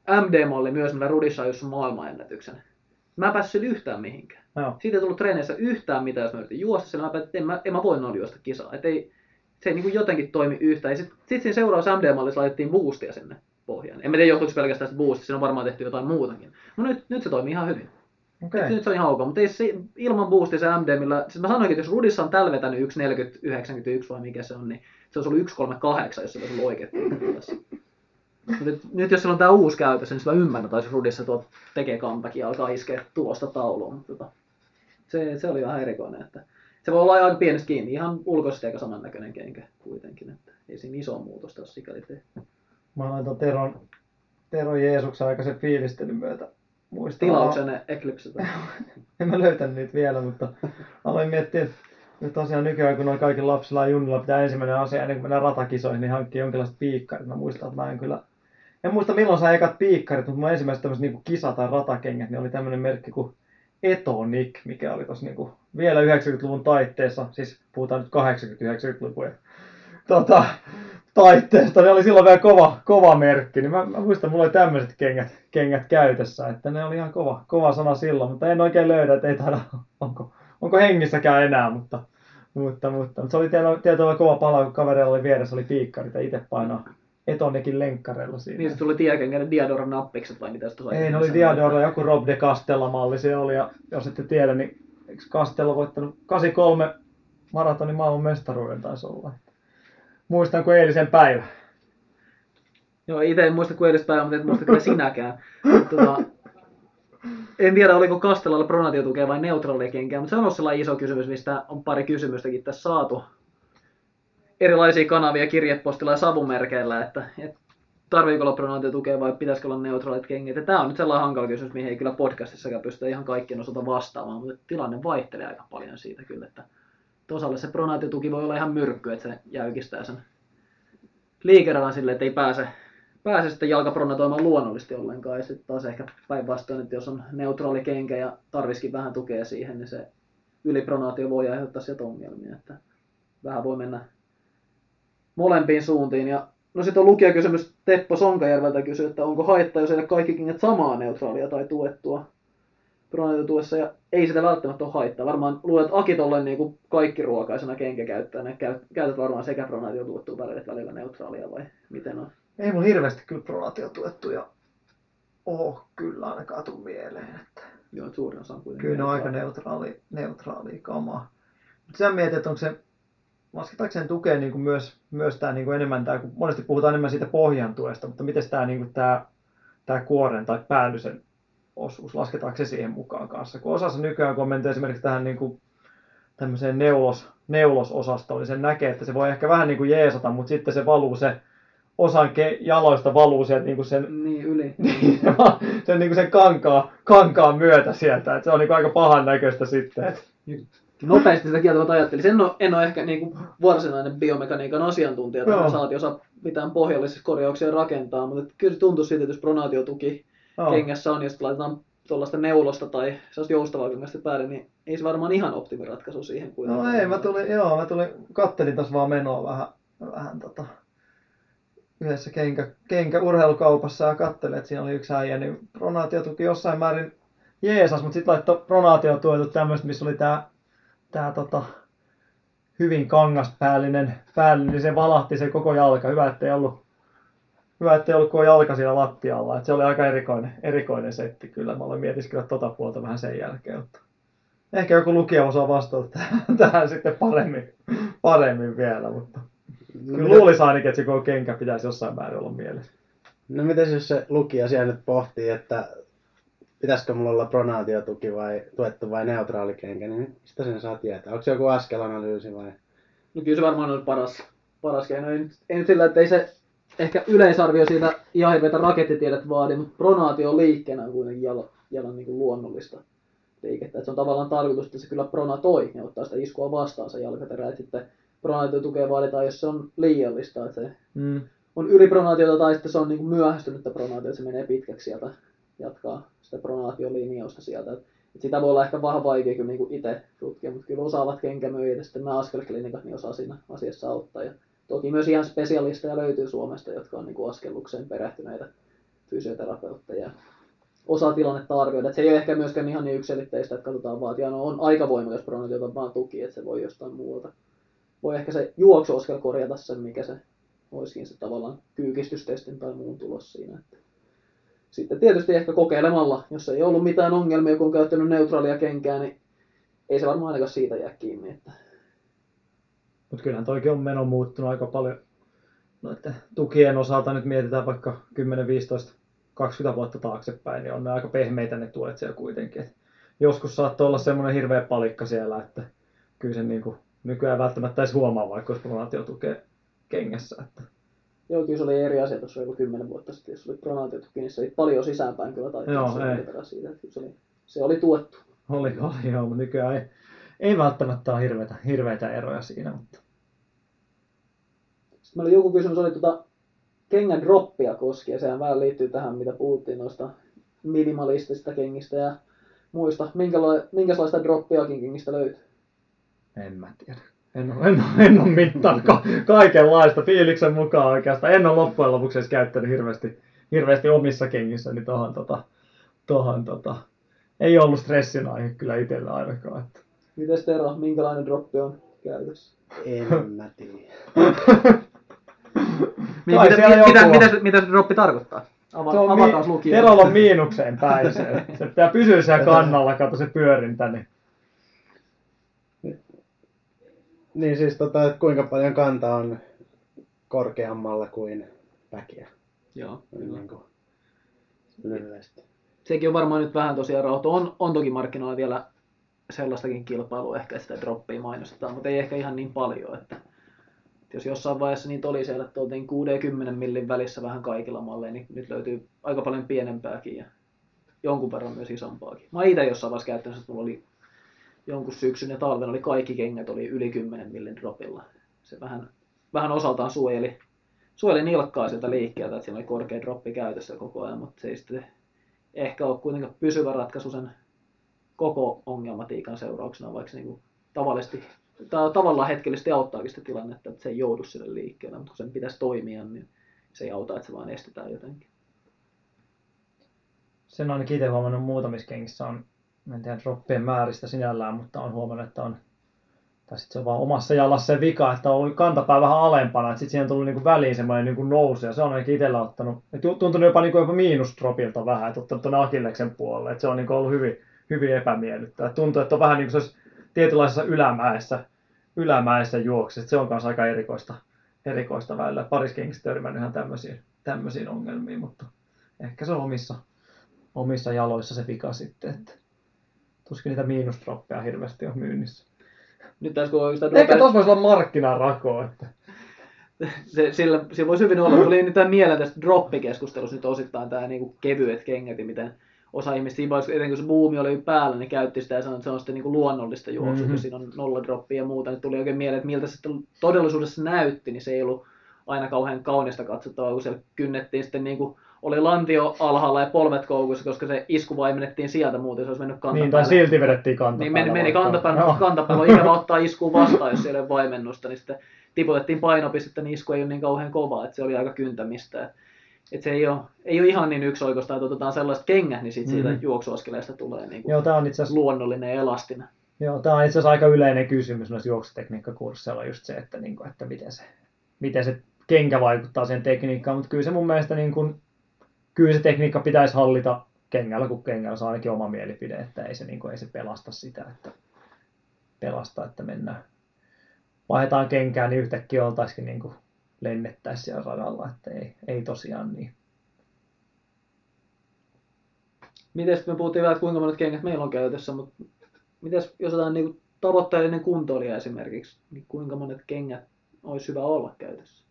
M D-malli myös, millä Rudissa on just maailmanennätyksen. Mä en päässyt sille yhtään mihinkään. Joo. Siitä ei tullut treeneissä yhtään mitään, jos mä yritin juosta sillä. Mä päätin, että en mä, en mä voi noin juosta kisaa. Et ei, se ei niin kuin jotenkin toimi yhtään. Ja sitten sit siinä seuraavassa M D-mallissa laitettiin boostia sinne pohjaan. En mä tiedä, johtuuko pelkästään sitä boostista. Siinä on varmaan tehty jotain muutakin. Mutta nyt, nyt se toimii ihan hyvin. Okay. Nyt se on ihan ok. Mutta ei se, ilman boostia se M D, millä... Siis mä sanoinkin, että jos Rudissa on tällä vetänyt yksi neljäkymmentä yhdeksänkymmentäyksi vai mikä se on, niin se olisi ollut yksi kolmekymmentäkahdeksan, jos se olisi ollut oikeat piikkarit. Nyt, nyt jos sillä on tää uusi käytös, niin mä ymmärrän, että jos Rudissa tuo tekee comebackia ja alkaa iskeä tulosta tauluun. Mutta tota, se, se oli vähän erikoinen. Että se voi olla aika pienestä kiinni. Ihan ulkoisesti aika samannäköinen kenkä kuitenkin. Että ei siinä iso muutosta ole sikäli tehty. Mä laitan Teron, Teron Jeesuksen aikaisen fiilistelyn myötä. Muistaa. Tilauksen Eclipse. En mä löytänyt niitä vielä, mutta aloin miettiä, että nyt tosiaan nykyään kun noin kaikilla lapsilla ja junnilla pitää ensimmäinen asia ennen kuin mennään ratakisoihin, niin hankkii jonkinlaiset piikkarit. Mä muistan, että mä en kyllä... En muista milloin sai ekat piikkarit, mutta mun ensimmäiset tämmöiset niinku kisa- tai ratakengät, niin oli tämmönen merkki kuin Etonic, mikä oli tossa niinku vielä yhdeksänkymmentäluvun taitteessa, siis puhutaan nyt kahdeksankymmentä-yhdeksänkymmentälukuja tota, taitteesta, ne oli silloin vielä kova, kova merkki, niin mä, mä muistan, mulla oli tämmöiset kengät, kengät käytössä, että ne oli ihan kova, kova sana silloin, mutta en oikein löydä, että ei taida, onko, onko hengissäkään enää, mutta, mutta, mutta, mutta se oli tietyllä kova pala, kun kavereilla oli vieressä oli piikkarit ja itse painaa Etonekin lenkkareilla siinä. Niin se tuli tiekengän Diadoran nappikset vai mitä se tuossa? Ei, ne oli Diadora, joku Rob de Castella malli se oli, ja jos ette tiedä, niin eikö Castella voittanut kahdeksankymmentäkolme maratonin maailman mestaruuden taisi olla. Muistan kuin eilisen päivän. Joo, itse en muista kuin eilistä päivää, mutta et muista kyllä sinäkään. Tota, en tiedä, oliko Castellalla pronaatiotukea vai neutraalia kenkää, mutta se on ollut sellainen iso kysymys, mistä on pari kysymystäkin tässä saatu. Erilaisia kanavia kirjepostilla ja savumerkeillä, että, että tarviiko olla pronaatiotukea vai pitäisikö olla neutraalit kengät. Ja tämä on nyt sellainen hankala kysymys, mihin ei kyllä podcastissakaan pystytä ihan kaikkien osalta vastaamaan, mutta tilanne vaihtelee aika paljon siitä kyllä, että osalle se pronaatiotuki voi olla ihan myrkky, että se jäykistää sen liikeradan silleen, että ei pääse, pääse sitten jalkapronatoimaan luonnollisesti ollenkaan. Ja sitten taas ehkä päinvastoin, että jos on neutraali kenkä ja tarvisikin vähän tukea siihen, niin se ylipronaatio voi aiheuttaa sieltä ongelmia. Että vähän voi mennä molempiin suuntiin. Ja no sitten on lukijakysymys Teppo Sonkajärveltä kysyy, että onko haittaa, jos ei ole kaikki kengät samaa neutraalia tai tuettua pronaatiotuessa, ja ei sitä välttämättä ole haittaa. Varmaan luulen, että Aki tolleen niin kuin kaikki ruokaisena kenkäkäyttäjänä käytät varmaan sekä pronaatiotuettua välillä että välillä neutraalia vai miten on? Ei mun hirveästi kyllä pronaatiotuettuja oo kyllä ainakaan tuu mieleen. Että Joo, suurin osa on kuitenkin. kyllä ne on aika neutraali, neutraalia kamaa. Mutta sä mietit, että onko se, lasketaanko sen tukea niin kuin myös, myös tää, niin kuin enemmän, tää, kun monesti puhutaan enemmän siitä pohjan tuesta, mutta miten tämä niin tää, tää kuoren tai päällysen osuus, lasketaanko se siihen mukaan kanssa? Kun osassa nykyään kommentoi esimerkiksi tähän niin kuin tämmöiseen neulos, neulososastoon, niin sen näkee, että se voi ehkä vähän niin kuin jeesata, mutta sitten se valuu se osan ke- jaloista valuu sieltä niin kuin sen, Niin, yli. sen, niin kuin sen kankaan, kankaan myötä sieltä, että se on niin kuin aika pahan näköistä sitten. Että Nopeasti sitä kieltämättä ajattelin. En ole, en ole ehkä niin kuin varsinainen biomekaniikan asiantuntija, tai Joo. saati osaa mitään pohjallisissa korjauksia rakentaa, mutta kyllä se tuntuu siitä, että jos pronaatiotuki Joo. kengässä on, jos laitetaan tuollaista neulosta tai sellaista joustavaa kengästä päälle, niin ei se varmaan ihan optimiratkaisu siihen kuitenkaan. No ei, mä tulin, joo, mä tulin, kattelin tässä vaan menoa vähän, vähän tota, yhdessä kenkä, kenkäurheilukaupassa ja kattelin, että siinä oli yksi äijä, niin pronaatiotuki jossain määrin jeesas, mutta sitten laittoi pronaatiotuetut tämmöistä, missä oli tää, tää tota, hyvin kangaspäällinen päällinen, niin se valahti se koko jalka. Hyvä, ettei ollut, hyvä, ettei ollut koko jalka siellä lattialla. Et se oli aika erikoinen, erikoinen setti kyllä. Mä aloin mietiskellä tota puolta vähän sen jälkeen. Mutta ehkä joku lukija osaa vastata tähän, tähän sitten paremmin, paremmin vielä, mutta kyllä luulisi ainakin, että se koko kenkä pitäisi jossain määrin olla mielessä. No mites jos se lukija siellä nyt pohtii, että pitäisikö mulla olla pronaatiotuki vai tuettu vai neutraali kenkä, niin mistä sen saa tietää? Onko se joku askelanalyysi vai? No kyllä se varmaan on paras, paras keino. Ei nyt, ei nyt sillä, että ei se ehkä yleisarvio siitä ihan hirveätä rakettitiedettä vaadi, mutta pronaatio liikkeenä on kuitenkin jalan, jalan niin kuin luonnollista liikettä. Et se on tavallaan tarkoitus, että se kyllä pronatoi ja ottaa sitä iskua vastaan se jalkaterä. Et sitten pronaatiotukea vaaditaan, jos se on liiallista. Että se Mm. on ylipronaatiota tai sitten se on niin kuin myöhästynyttä pronaatiota, että se menee pitkäksi sieltä, jatkaa sitä pronaatiolinjausta sieltä. Et sitä voi olla ehkä vähän vaikea kyllä niin itse tutkia, mutta kyllä osaavat kenkämyyjät ja sitten nämä askelklinikat niin osaa siinä asiassa auttaa. Ja toki myös ihan spesialisteja löytyy Suomesta, jotka on niin kuin askellukseen perehtyneitä fysioterapeutteja. Osaa tilannetta arvioida. Et se ei ole ehkä myöskään ihan niin yksiselitteistä, että katsotaan vaan, että on aika voimakas pronatio, jota vaan tuki, että se voi jostain muualta. Voi ehkä se juoksuaskel korjata sen, mikä se olisikin se tavallaan kyykistystestin tai muun tulos siinä. Että sitten tietysti ehkä kokeilemalla, jos ei ollut mitään ongelmia, kun on käyttänyt neutraalia kenkää, niin ei se varmaan ainakaan siitä jää kiinni. Että... Mutta kyllähän toikin on meno muuttunut aika paljon. No, että tukien osalta nyt mietitään vaikka kymmenen, viisitoista, kaksikymmentä vuotta taaksepäin, niin on ne aika pehmeitä ne tuet siellä kuitenkin. Et joskus saattoi olla semmoinen hirveä palikka siellä, että kyllä sen niin kuin nykyään välttämättä edes huomaa, vaikka olisi pronaatiotukea kengässä. Että... Joo, kyllä se oli eri asia tuossa joku kymmenen vuotta sitten, jos oli pronaatiotuki, niin se oli paljon sisäänpäin kyllä taittaa siitä, että se oli, se oli tuettu. Oli, oli joo, mutta nykyään ei, ei välttämättä ole hirveitä, hirveitä eroja siinä. Mutta... Sitten meillä oli joku kysymys, oli tuota kengän droppia koskien, sehän vähän liittyy tähän, mitä puhuttiin noista minimalistisista kengistä ja muista. Minkäla- minkälaista droppiakin kengistä löytyy? En mä tiedä. En ole, en ole, en ole mittaan ka- kaikenlaista fiiliksen mukaan oikeastaan. En ole loppujen lopuksi edes käyttänyt hirveästi, hirveästi omissa kengissä, niin tohon, tota, tohon, tota, ei ollut stressin aihe kyllä itsellä ainakaan. Että. Mites Tero, minkälainen droppi on käytössä? En mä tiedä. Mitä, mitä, mitä, mitä, se, mitä se droppi tarkoittaa? Ava, se on avataas mi- lukija. Terolla on miinukseen päin se. Se pitää pysyä siellä kannalla, kato se pyörintä. Niin. Niin siis tota, että kuinka paljon kanta on korkeammalla kuin väkiä. Joo. Niin kuin lyhyesti. Sekin on varmaan nyt vähän tosiaan rauhoittu. On, on toki markkinoilla vielä sellaistakin kilpailua, ehkä sitä droppia mainostetaan, mutta ei ehkä ihan niin paljon. Että, että jos jossain vaiheessa niitä oli siellä, että oltiin kuusikymmentä millin välissä vähän kaikilla malleilla, niin nyt löytyy aika paljon pienempääkin ja jonkun verran myös isompaakin. Mä itse jossain vaiheessa käyttänyt, että mulla oli jonkun syksyn ja talven oli kaikki kengät oli yli kymmenen millin dropilla. Se vähän, vähän osaltaan suojeli, suojeli nilkkaa sieltä liikkeeltä, että siinä oli korkea droppi käytössä koko ajan, mutta se ei sitten ehkä ole kuitenkaan pysyvä ratkaisu sen koko ongelmatiikan seurauksena, vaikka se niin tavallisesti, tai tavallaan hetkellisesti auttaakin sitä tilannetta, että se ei joudu sille liikkeelle, mutta kun sen pitäisi toimia, niin se ei auta, että se vaan estetään jotenkin. Sen on ainakin itse huomannut muutamissa kengissä on, en tiedä droppien määristä sinällään, mutta on huomannut, että on, tai sitten se on vaan omassa jalassa se vika, että on ollut kantapää vähän alempana, että sitten siihen on tullut niinku väliin semmoinen niinku nousu, ja se on ainakin itsellä ottanut, tuntunut jopa, niinku jopa miinusdropilta vähän, että ottanut tuonne akilleksen puolelle, että se on niinku ollut hyvin, hyvin epämiellyttävää. Tuntuu, että on vähän niin kuin se olisi tietynlaisessa ylämäessä, ylämäessä juoksessa, se on kanssa aika erikoista, erikoista välillä. Parissa kengissä törmännyt ihan tämmöisiin, tämmöisiin ongelmiin, mutta ehkä se on omissa, omissa jaloissa se vika sitten, että tuskin niitä miinusdroppeja hirveästi on myynnissä. Nyt tässä kun on sitä Ehkä tuossa voisi olla markkinarakoa. Että... Se, sillä, sillä voisi hyvin olla. Tuli nyt tämän mieleen tästä droppikeskustelussa nyt osittain tämä niinku kevyet kengät ja miten osa ihmistä, etenkin kun se buumi oli päällä, niin käytti sitä ja sanoi, että se on sitten niinku luonnollista juoksua, mm-hmm. siinä on nolla droppia ja muuta. Nyt tuli oikein mieleen, että miltä se sitten todellisuudessa näytti, niin se ei ollut aina kauhean kaunista katsottavaa, kun siellä kynnettiin sitten niinku oli lantio alhaalla ja polvet koukussa, koska se isku vaimennettiin sieltä muuten, se olisi mennyt kantapäälle. Niin, tai silti vedettiin kantapäällä. Niin meni, meni kantapäällä, no. Kantapäällä on ikävä ottaa iskuun vastaan, jos siellä ei ole vaimennusta, niin sitten tiputettiin painopistettä, niin isku ei ole niin kauhean kova, että se oli aika kyntämistä. Että se ei ole, ei ole ihan niin yksioikoista, että otetaan sellaiset kengät, niin sit siitä mm. juoksuaskeleesta tulee niin kuin Joo, tää on itse asiassa... luonnollinen ja elastinen. Joo, tämä on itse asiassa aika yleinen kysymys noissa juoksutekniikkakursseilla, just se, että, niin kuin, että miten, se, miten se kenkä vaikuttaa siihen tekniikkaan, mutta kyllä se mun mielestä niin kuin, kyllä se tekniikka pitäisi hallita kengällä, kun kengällä se on ainakin oma mielipide, että ei se, niin kuin, ei se pelasta sitä, että pelasta, että mennään, vaihdetaan kenkää, niin yhtäkkiä oltaisikin niin kuin lennettäisiin siellä radalla, että ei, ei tosiaan niin. Miten me puhuttiin vielä, että kuinka monet kengät meillä on käytössä, mutta mites, jos otetaan niin tavoitteellinen kuntoilija esimerkiksi, niin kuinka monet kengät olisi hyvä olla käytössä?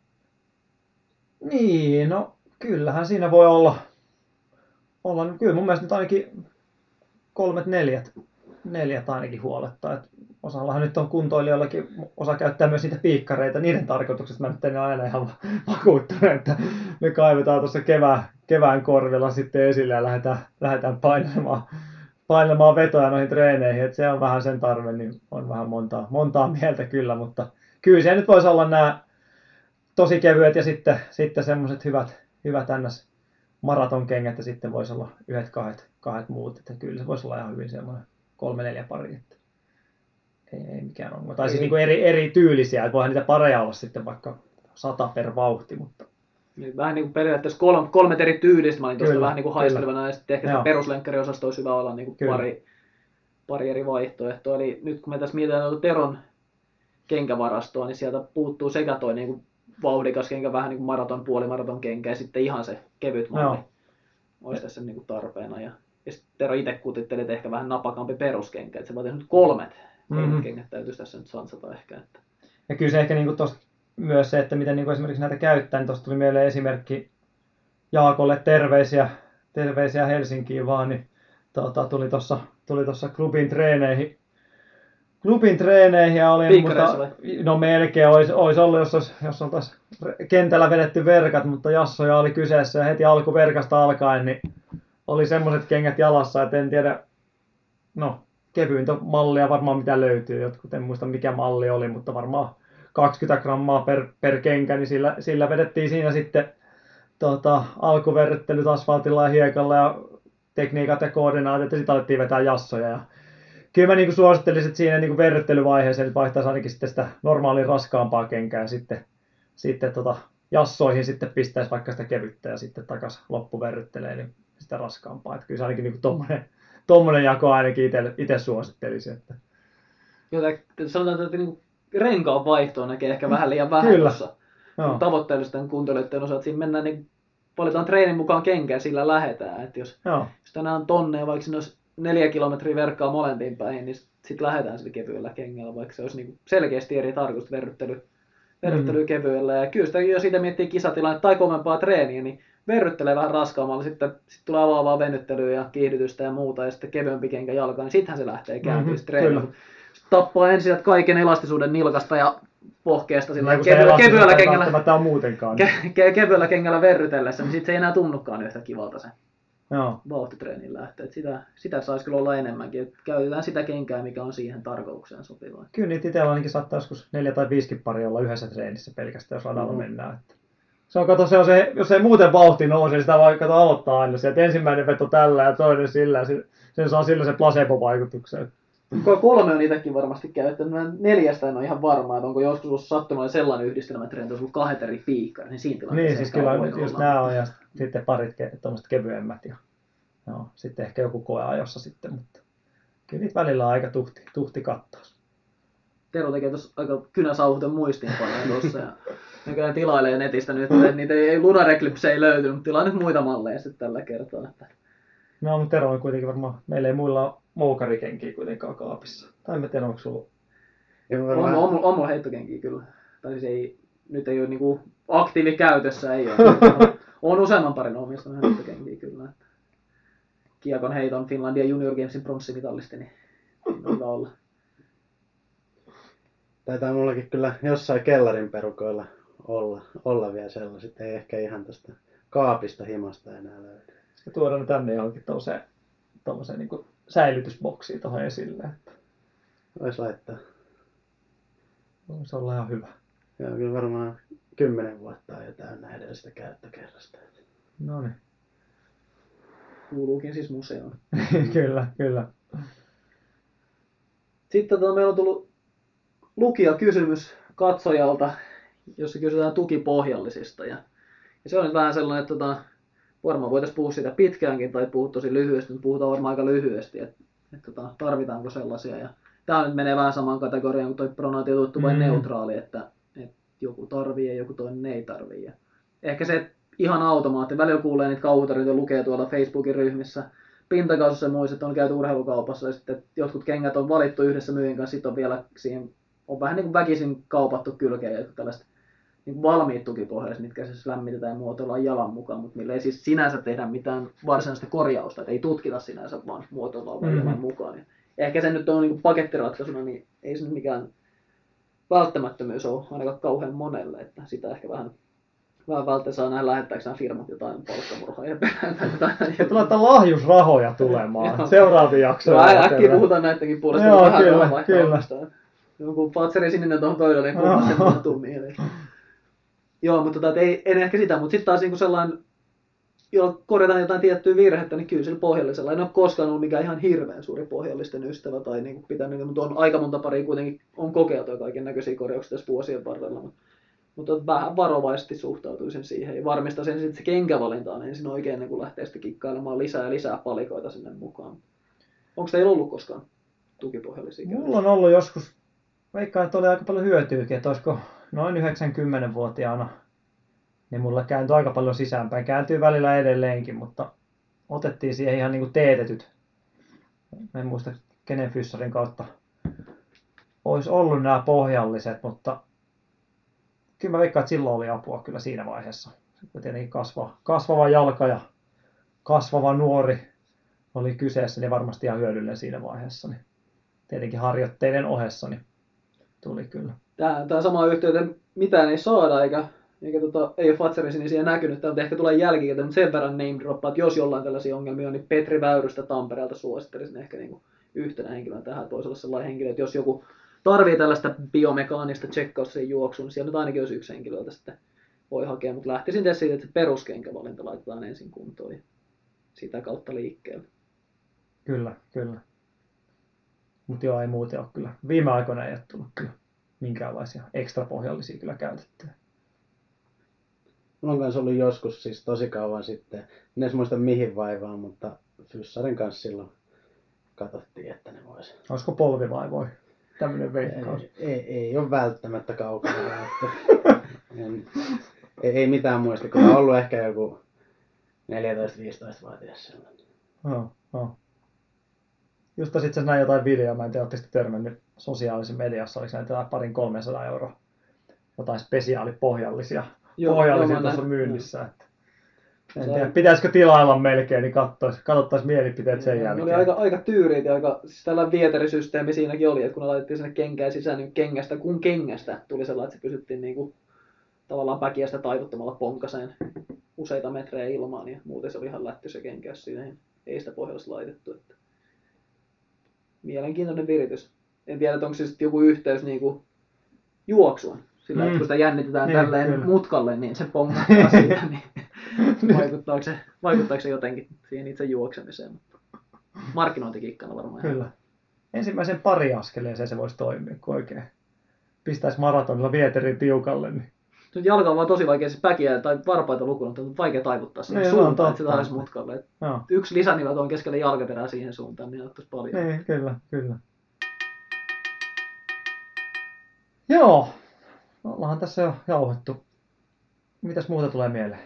Niin, no kyllähän siinä voi olla, olla kyllä mun mielestä nyt ainakin kolmet neljät, neljät ainakin huolettaa. Et osallahan nyt on kuntoilijoillakin, osa käyttää myös niitä piikkareita, niiden tarkoituksesta mä nyt en ole aina ihan vakuuttunut, että me kaivetaan tuossa kevään, kevään korvilla sitten esille ja lähdetään, lähdetään painelemaan, painelemaan vetoja noihin treeneihin, että se on vähän sen tarve, niin on vähän montaa, montaa mieltä kyllä, mutta kyllä se nyt voisi olla nämä tosi kevyet ja sitten, sitten semmoiset hyvät, hyvät ns. maratonkengät ja sitten voisi olla yhdet kahdet, kahdet muut. Että kyllä se voisi olla ihan hyvin semmoinen kolme neljä pari. Että ei, ei mikään ongelma. Tai siis niin kuin eri, eri tyylisiä, että voihan niitä pareja olla sitten vaikka sata per vauhti, mutta vähän niin kuin periaatteessa kolme, kolmet eri tyylistä, mä olin tuosta vähän niin kuin kyllä. haistelevana, ja sitten ehkä se peruslenkkäriosasto olisi hyvä olla niin kuin pari, pari eri vaihtoehtoa. Eli nyt kun me tässä mietitään tuota Teron kenkävarastoa, niin sieltä puuttuu sekä toi niin kuin vauhdikas kenkä, vähän niin kuin maraton, puolimaraton kenkä, ja sitten ihan se kevyt malli olisi tässä niin kuin tarpeena. Ja, ja sitten Tero itse kutitteli, että ehkä vähän napakampi peruskenkä, että se vaatii nyt kolmet mm-hmm. kengät täytyisi tässä nyt sansata ehkä. Että. Ja kyllä se ehkä niin kuin tosta myös se, että miten niin kuin esimerkiksi näitä käyttää, niin tuosta tuli mieleen esimerkki Jaakolle terveisiä, terveisiä Helsinkiin vaan, niin tuota, tuli tuossa tuli tossa klubin treeneihin, klubin treeneihin ja oli, mutta, no melkein olisi, olisi ollut, jos, olisi, jos on taas kentällä vedetty verkat, mutta jassoja oli kyseessä ja heti alkuverkasta alkaen, niin oli semmoiset kengät jalassa, että en tiedä, no kevyintä mallia varmaan mitä löytyy, jotkut en muista mikä malli oli, mutta varmaan kaksikymmentä grammaa per, per kenkä, niin sillä, sillä vedettiin siinä sitten tota, alkuverryttelyt asfaltilla ja hiekalla ja tekniikat ja koordinaatit ja sitten alettiin vetää jassoja. Ja kyllä mä niin kuin suosittelisin, että siinä niin kuin verryttelyvaiheeseen vaihtaisi ainakin sitten sitä normaalia raskaampaa kenkää ja sitten, sitten tota, jassoihin sitten pistäisi vaikka sitä kevyttä ja sitten takaisin loppuverryttelee niin sitä raskaampaa. Että kyllä se ainakin niin kuin tommonen, tommonen jako ainakin itse suosittelisin. Että. Joten sanotaan, että niin kuin renkaan vaihtoa näkee ehkä vähän liian vähän Kyllä. tuossa tavoitteellisten kuuntelijoiden osalta. Siinä mennään, niin valitaan treenin mukaan kenkää, sillä lähdetään. Että jos, jos tänään on tonne, vaikka siinä olisi neljä kilometriä verkkaa molempiin päin, niin sitten lähdetään sillä kevyellä kengällä, vaikka se olisi niin selkeästi eri tarkoitus verryttely, verryttely mm. kevyellä. Ja kyllä sitä, jos siitä miettii kisatilannetta tai kovempaa treeniä, niin verryttelee vähän raskaammalla, sitten sit tulee avaavaa venyttelyä ja kiihdytystä ja muuta, ja sitten kevyempi kenkä jalkaan, niin sittenhän se lähtee kääntyä mm-hmm, treeniin. Tappaa ensin kaiken elastisuuden nilkasta ja pohkeesta sillä kevyellä, kevyellä kengällä, on muutenkaan. Ke, ke, kevyellä kengällä verrytellessä, niin sitten se ei enää tunnukaan yhtä kivalta se Joo. vauhtitreeniin lähtee. Sitä, sitä saisi kyllä olla enemmänkin. Et käytetään sitä kenkää, mikä on siihen tarkoitukseen sopivaa. Kyllä niitä itsellä ainakin saattaa joskus neljä tai viisikin pari olla yhdessä treenissä pelkästään, jos radalla mm. mennään. Että se on, kato, se on se, jos ei muuten vauhti nouse, sitä voi kato, aloittaa aina sieltä. Ensimmäinen veto tällä ja toinen sillä. Ja sen saa sillä se placebo-vaikutuksen. Kolme on itsekin varmasti käyttänyt. Mä neljästä en ole ihan varma, että onko joskus ollut sattunut sellainen yhdistelmätreeni, että olisi ollut kahdet eri piikkarit, niin siinä tilanteessa. Niin, siis kyllä just nämä on ja sitten parit tuommoiset kevyemmät ja joo, sitten ehkä joku koeajossa sitten, mutta kyllä niitä välillä on aika tuhti, tuhti kattaus. Tero tekee tuossa aika kynäsauhuten muistiinpanoja tuossa ja nykyään tilailee netistä nyt, että niitä ei, Lunar Eclipse ei löytynyt, mutta tilaa nyt muita malleja sitten tällä kertaa. Että. No, mutta Tero on kuitenkin varmaan, meillä ei muilla ole moukarikenkiä kuitenkaan kaapissa. Tai en tiedä, onko sulla? On, on, on, on mulla heittokenkiä kyllä. Tai siis ei, nyt ei ole niinku aktiivikäytössä, ei ole. On useamman parin omistanut heittokenkiä kyllä. Että Kiekon heiton Finlandia Junior Gamesin pronssimitalisti, niin on hyvä olla. Taitaa mullakin kyllä jossain kellarin perukoilla olla, olla vielä sellaiset. Ei ehkä ihan tästä kaapista himasta enää löydy. Ja tuodaan ne tänne johonkin tommoseen, tommoseen niin kuin säilytysboksiin tuohon esille. Että voisi laittaa. Voisi olla ihan hyvä. Joo, kyllä varmaan kymmenen vuotta on jo täynnä edellistä käyttökerrasta. No niin. Kuuluukin siis museoon. Kyllä, kyllä. Sitten tota, meillä on tullut lukijakysymys katsojalta, jossa kysytään tukipohjallisista. Ja, ja se on nyt vähän sellainen, että tota, varmaan voitaisiin puhua siitä pitkäänkin tai puhua tosi lyhyesti, mutta puhutaan varmaan aika lyhyesti, että, että tota, tarvitaanko sellaisia. Ja tämä nyt menee vähän samaan kategoriaan kuin tuo pronaatiotuttu vai mm. neutraali, että, että joku tarvii ja joku toinen ei tarvii. Ja ehkä se ihan automaatti. Välillä kuulee niitä kauhutarinoita lukee tuolla Facebookin ryhmissä. Pintakaasussa ja muissa, että on käyty urheilukaupassa ja sitten jotkut kengät on valittu yhdessä myyjän kanssa, sitten on vielä siihen, on vähän niin kuin väkisin kaupattu kylkeen ja tällaiset niin valmiit tukipohjaiset, mitkä siis lämmitetään ja muotoillaan jalan mukaan, mutta millä ei siis sinänsä tehdä mitään varsinaista korjausta, että ei tutkita sinänsä, vaan muotoillaan vaan mm-hmm. jalan mukaan. Ja ehkä se nyt on niin kuin pakettiratkaisuna, niin ei se nyt mikään välttämättömyys ole ainakaan kauhean monelle, että sitä ehkä vähän Vähän välttä saa nähdä, lähettääkö nämä firmat jotain palkkamurhaa ja perään tai jotain. Ja tulee lahjusrahoja tulemaan seuraavia jaksoja. No, äkkiä puhutaan näidenkin puolesta. Joo, vähän kyllä, kyllä. Joku patseri sininen tuohon pöydälle, niin kumpaa sen mahtuu mieleen. Joo, mutta tota, ei, en ehkä sitä, mutta sitten taas niinku sellainen, jolla korjataan jotain tiettyä virhettä, niin kyllä sillä pohjallisella. En ole koskaan ollut mikään ihan hirveän suuri pohjallisten ystävä tai niin kuin pitänyt, mutta on aika monta paria kuitenkin on kokeiltu kaiken näköisiä korjauksia tässä vuosien varrella. Mutta, mutta vähän varovaisesti suhtautuisin siihen ja varmistaisin, että se kenkävalinta on ensin oikein ennen kuin lähtee sitten kikkailemaan lisää ja lisää palikoita sinne mukaan. Onko teillä ollut koskaan tukipohjallisia? Mulla on ollut joskus, veikkaan, että oli aika paljon hyötyykin, että olisiko noin yhdeksänkymmenvuotiaana, niin mulla kääntyi aika paljon sisäänpäin. Kääntyy välillä edelleenkin, mutta otettiin siihen ihan niinku teetetyt. En muista kenen fyssarin kautta olisi ollut nämä pohjalliset, mutta kyllä mä veikkaan, että silloin oli apua kyllä siinä vaiheessa. Sitten tietenkin kasvava, kasvava jalka ja kasvava nuori oli kyseessä, niin varmasti ihan hyödyllinen siinä vaiheessa. Niin tietenkin harjoitteiden ohessa niin tuli kyllä. Tämä, tämä sama yhteyteen mitään ei saada, eikä, eikä tota, ei ole Fatserin sinisiä näkynyt, mutta ehkä tulee jälkikäteen, mutta sen verran name droppaa, että jos jollain tällaisia ongelmia on, niin Petri Väyrystä Tampereelta suosittelisin ehkä niin kuin yhtenä henkilönä tähän, että voisi olla sellainen henkilö, että jos joku tarvii tällaista biomekaanista tsekkausta sen juoksuun, niin siellä nyt ainakin olisi yksi henkilö, jota sitten voi hakea, mutta lähtisin tässä siitä, että se peruskenkävalinta laitetaan ensin kuntoon ja sitä kautta liikkeelle. Kyllä, kyllä. Mutta joo, ei muuten ole kyllä. Viime aikoina ei ole tullut kyllä minkäänlaisia ekstra pohjallisia kyllä käytettyä. Mulla on kanssa ollut joskus siis tosi kauan sitten, en edes muista mihin vaivaan, mutta fyssarin kanssa silloin katsottiin, että ne vois. Olisiko polvivaivoi? Tämmöinen veikkaus. Ei, ei, ei ole välttämättä kaukana. en, ei, ei mitään muista, kun on ollut ehkä joku neljätoista viisitoista-vuotias sellainen. Joo, joo. Just sitten näin jotain videoa, mä en tiedä, oletteko te törmännyt sosiaalisessa mediassa, oliko näitä parin kolmesataa euroa jotain spesiaalipohjallisia Joo, pohjallisia joo, tuossa näin. myynnissä. Että en Se tiedä, on- pitäisikö tilailla melkein, niin katsottaisiin mielipiteet sen Ne jälkeen. oli aika, aika tyyriit ja aika, siis tällainen vieterisysteemi siinäkin oli, että kun ne laitettiin sinne kenkään sisään, niin kengästä kun kengästä tuli sellainen, että se pysyttiin niin kuin, tavallaan päkiästä taivuttamalla ponkaseen useita metrejä ilmaan ja muuten se oli ihan lätty se kenkä, jos siinä ei sitä pohjallista laitettu. Että mielenkiintoinen viritys. En tiedä, että onko se sitten joku yhteys niin kuin juoksuun. Sillä, Mm. että kun sitä jännitetään Niin, tälleen kyllä. mutkalle, niin se pongattaa siitä, niin vaikuttaako se, vaikuttaako se jotenkin siihen itse juoksemiseen. Markkinointikikkana varmaan. Kyllä. Ensimmäisen pari askeleeseen se voisi toimia, kun oikein pistäisi maratonilla vieterin tiukalle. Niin. Nyt jalka on vaan tosi vaikea, se päkiä tai varpaita lukuun, mutta on vaikea taivuttaa siihen Niin, se on suuntaan, että se totta. taisi mutkalle. Et Joo. yksi lisänivel on keskellä jalkaperää siihen suuntaan, niin auttaisi paljon. Niin, kyllä, kyllä. Joo, ollaanhan tässä jo jauhettu. Mitäs muuta tulee mieleen?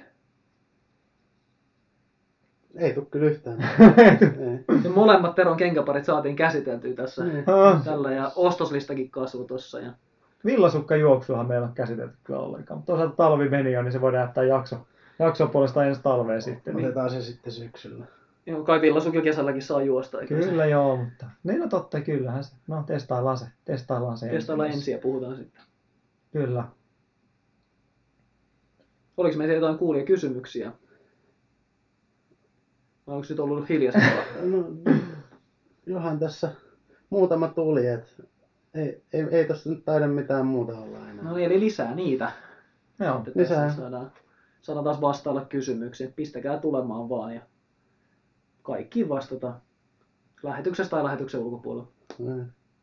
Ei tule kyllä yhtään. Ei. Ja molemmat Teron kenkäparit saatiin käsiteltyä tässä Niin. Ah, tällä ja ostoslistakin kasvoi tossa. Ja villasukkajuoksuahan meillä on käsitelty kyllä ollenkaan. Mutta toisaalta talvi meni jo, niin se voidaan jättää jakso, jakson puolesta ensi talveen sitten. Niin. Otetaan se sitten syksyllä. joo, kai villasukilla kesälläkin saa juosta. Eikä Kyllä joo, mutta niin no totta, kyllähän se. No testaillaan se, testaillaan se. Testaillaan ensin ja puhutaan sitten. Kyllä. Oliko meillä jotain kuulia kysymyksiä? Vai onko nyt ollut hiljaista? No, johan tässä muutama tuli, että ei, ei, ei tossa nyt taida mitään muuta olla enää. No niin, eli lisää niitä. Joo. Sitten tässä Lisää. Saadaan, saadaan taas vastailla kysymyksiin. Pistäkää tulemaan vaan ja kaikkiin vastata lähetyksestä tai lähetyksen ulkopuolella. Niin.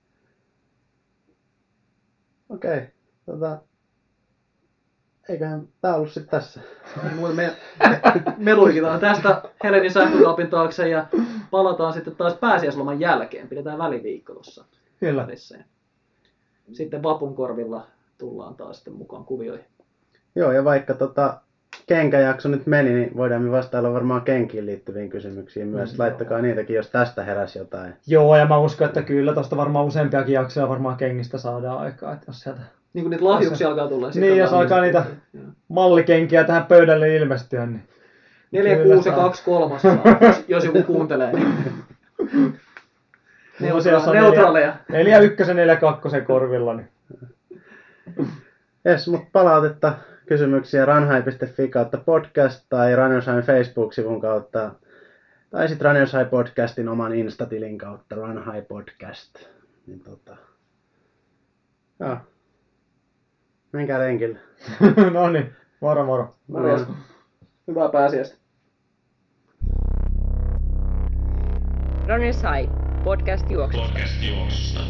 Okei, tota, eiköhän tää ollut sitten tässä. Muuten me, me luikitaan tästä Helenin sähkökaapin taakse ja palataan sitten taas pääsiäisloman jälkeen. Pidetään väliviikko tuossa Kyllä. välissä. Sitten vapun korvilla tullaan taas sitten mukaan kuvioihin. Joo, ja vaikka tota kenkäjakso nyt meni, niin voidaan me vastailla varmaan kenkiin liittyviin kysymyksiin myös. Mm, Laittakaa niitäkin, jos tästä heräsi jotain. Joo, ja mä uskon, että kyllä tuosta varmaan useampiakin jaksoja varmaan kengistä saadaan aikaa, että jos sieltä Niin kun niitä lahjuksia alkaa tulla. Niin, jos alkaa niitä mallikenkiä tähän pöydälle ilmestyä, niin neljä, kyllä kuusi ja saa. kaksi kolmasosaa, jos, jos joku kuuntelee. Niin. Neutra- Neutra- neutraaleja. neljä ykkösen, neljä kakkosen korvilla. Niin. Jes, mutta palautetta, kysymyksiä ranhai piste fi kautta podcast tai Runnershine Facebook-sivun kautta tai sitten Runnershine podcastin oman Insta-tilin kautta Runhai podcast. Niin tota... Joo. Menkää lenkille. No niin, moro moro. Morjes. Hyvää pääsiäistä. Runner's High, podcast juoksusta. Podcast juoksusta.